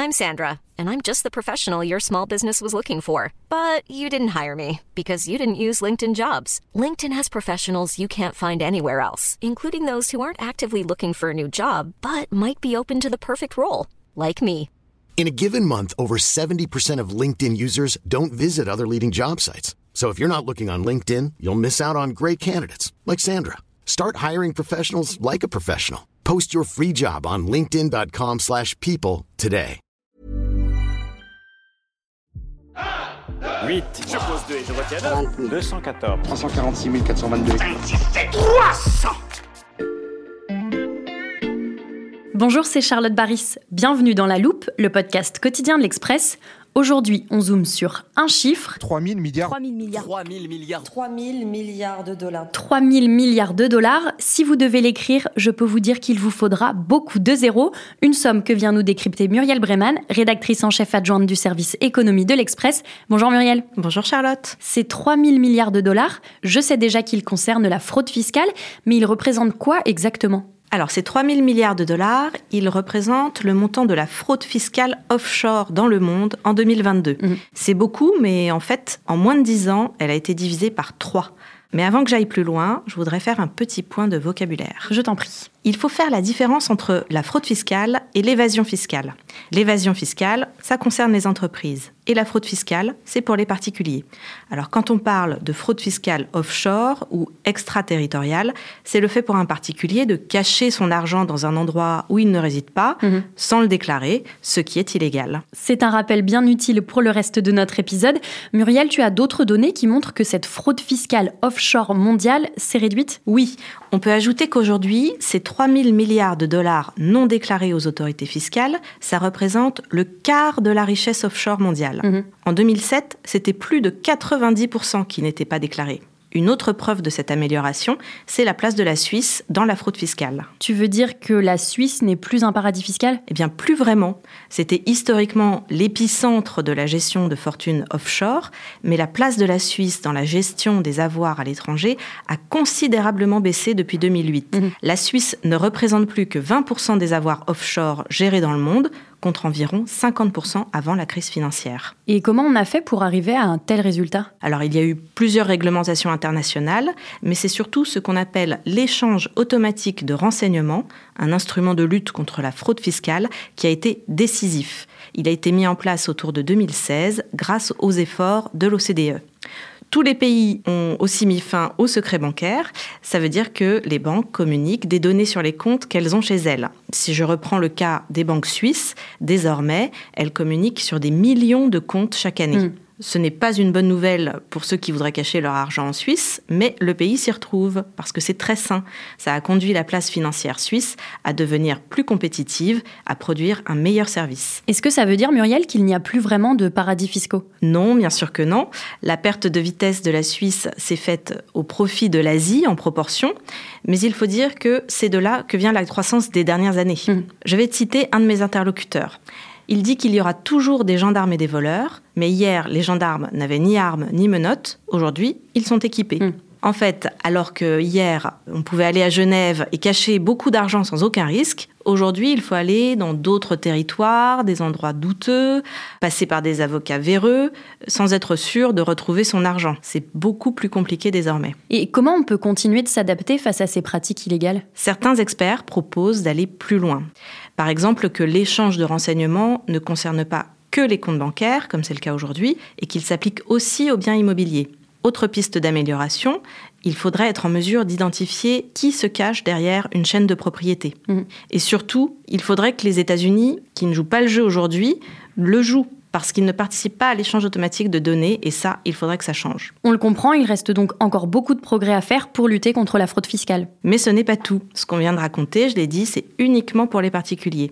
I'm Sandra, and I'm just the professional your small business was looking for. But you didn't hire me because you didn't use LinkedIn Jobs. LinkedIn has professionals you can't find anywhere else, including those who aren't actively looking for a new job, but might be open to the perfect role, like me. In a given month, over 70% of LinkedIn users don't visit other leading job sites. So if you're not looking on LinkedIn, you'll miss out on great candidates like Sandra. Start hiring professionals like a professional. Post your free job on linkedin.com/people today. 8. Je pose 2 et je retiens 9. 214. 346 422. 300. Bonjour, c'est Charlotte Baris. Bienvenue dans La Loupe, le podcast quotidien de l'Express. Aujourd'hui, on zoome sur un chiffre. 3 000 milliards. 3 000 milliards. 3 000 milliards. 3 000 milliards de dollars. 3 000 milliards de dollars. Si vous devez l'écrire, je peux vous dire qu'il vous faudra beaucoup de zéros. Une somme que vient nous décrypter Muriel Breyman, rédactrice en chef adjointe du service économie de l'Express. Bonjour Muriel. Bonjour Charlotte. Ces 3 000 milliards de dollars, je sais déjà qu'ils concernent la fraude fiscale, mais ils représentent quoi exactement ? Alors, ces 3 000 milliards de dollars, ils représentent le montant de la fraude fiscale offshore dans le monde en 2022. C'est beaucoup, mais en fait, en moins de 10 ans, elle a été divisée par 3. Mais avant que j'aille plus loin, je voudrais faire un petit point de vocabulaire. Je t'en prie. Il faut faire la différence entre la fraude fiscale et l'évasion fiscale. L'évasion fiscale, ça concerne les entreprises. Et la fraude fiscale, c'est pour les particuliers. Alors, quand on parle de fraude fiscale offshore ou extraterritoriale, c'est le fait pour un particulier de cacher son argent dans un endroit où il ne réside pas, sans le déclarer, ce qui est illégal. C'est un rappel bien utile pour le reste de notre épisode. Muriel, tu as d'autres données qui montrent que cette fraude fiscale offshore mondiale s'est réduite ? Oui, on peut ajouter qu'aujourd'hui, ces 3 000 milliards de dollars non déclarés aux autorités fiscales, ça représente le quart de la richesse offshore mondiale. En 2007, c'était plus de 90% qui n'étaient pas déclarés. Une autre preuve de cette amélioration, c'est la place de la Suisse dans la fraude fiscale. Tu veux dire que la Suisse n'est plus un paradis fiscal ? Eh bien, plus vraiment. C'était historiquement l'épicentre de la gestion de fortunes offshore, mais la place de la Suisse dans la gestion des avoirs à l'étranger a considérablement baissé depuis 2008. La Suisse ne représente plus que 20% des avoirs offshore gérés dans le monde, contre environ 50% avant la crise financière. Et comment on a fait pour arriver à un tel résultat ? Alors, il y a eu plusieurs réglementations internationales, mais c'est surtout ce qu'on appelle l'échange automatique de renseignements, un instrument de lutte contre la fraude fiscale qui a été décisif. Il a été mis en place autour de 2016 grâce aux efforts de l'OCDE. Tous les pays ont aussi mis fin au secret bancaire. Ça veut dire que les banques communiquent des données sur les comptes qu'elles ont chez elles. Si je reprends le cas des banques suisses, désormais, elles communiquent sur des millions de comptes chaque année. Ce n'est pas une bonne nouvelle pour ceux qui voudraient cacher leur argent en Suisse, mais le pays s'y retrouve parce que c'est très sain. Ça a conduit la place financière suisse à devenir plus compétitive, à produire un meilleur service. Est-ce que ça veut dire, Muriel, qu'il n'y a plus vraiment de paradis fiscaux ? Non, bien sûr que non. La perte de vitesse de la Suisse s'est faite au profit de l'Asie en proportion, mais il faut dire que c'est de là que vient la croissance des dernières années. Je vais te citer un de mes interlocuteurs. Il dit qu'il y aura toujours des gendarmes et des voleurs, mais hier, les gendarmes n'avaient ni armes ni menottes. Aujourd'hui, ils sont équipés. En fait, alors que hier, on pouvait aller à Genève et cacher beaucoup d'argent sans aucun risque, aujourd'hui, il faut aller dans d'autres territoires, des endroits douteux, passer par des avocats véreux, sans être sûr de retrouver son argent. C'est beaucoup plus compliqué désormais. Et comment on peut continuer de s'adapter face à ces pratiques illégales ? Certains experts proposent d'aller plus loin. Par exemple, que l'échange de renseignements ne concerne pas que les comptes bancaires, comme c'est le cas aujourd'hui, et qu'il s'applique aussi aux biens immobiliers. Autre piste d'amélioration, il faudrait être en mesure d'identifier qui se cache derrière une chaîne de propriété. Et surtout, il faudrait que les États-Unis, qui ne jouent pas le jeu aujourd'hui, le jouent, parce qu'ils ne participent pas à l'échange automatique de données, et ça, il faudrait que ça change. On le comprend, il reste donc encore beaucoup de progrès à faire pour lutter contre la fraude fiscale. Mais ce n'est pas tout. Ce qu'on vient de raconter, je l'ai dit, c'est uniquement pour les particuliers.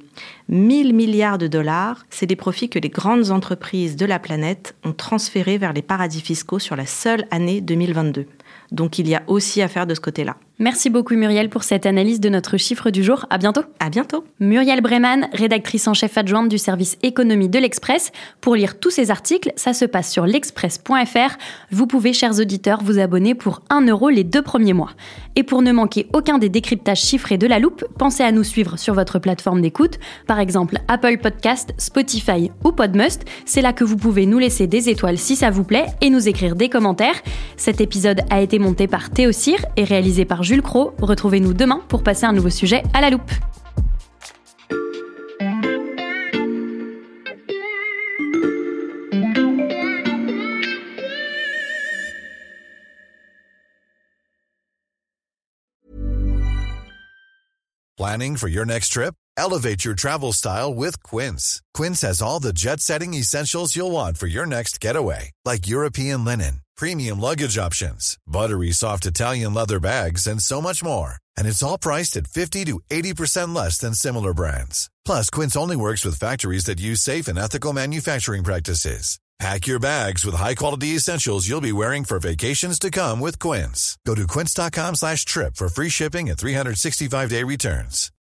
1 000 milliards de dollars, c'est des profits que les grandes entreprises de la planète ont transférés vers les paradis fiscaux sur la seule année 2022. Donc il y a aussi à faire de ce côté-là. Merci beaucoup Muriel pour cette analyse de notre chiffre du jour. À bientôt. À bientôt. Muriel Breyman, rédactrice en chef adjointe du service économie de l'Express. Pour lire tous ces articles, ça se passe sur l'express.fr. Vous pouvez, chers auditeurs, vous abonner pour 1 € les 2 premiers mois. Et pour ne manquer aucun des décryptages chiffrés de La Loupe, pensez à nous suivre sur votre plateforme d'écoute, par exemple Apple Podcast, Spotify ou Podmust. C'est là que vous pouvez nous laisser des étoiles si ça vous plaît et nous écrire des commentaires. Cet épisode a été monté par Théo Cyr et réalisé par Jules Cros. Retrouvez-nous demain pour passer un nouveau sujet à La Loupe. Planning for your next trip? Elevate your travel style with Quince. Quince has all the jet-setting essentials you'll want for your next getaway, like European linen, premium luggage options, buttery soft Italian leather bags, and so much more. And it's all priced at 50 to 80% less than similar brands. Plus, Quince only works with factories that use safe and ethical manufacturing practices. Pack your bags with high-quality essentials you'll be wearing for vacations to come with Quince. Go to quince.com/trip for free shipping and 365-day returns.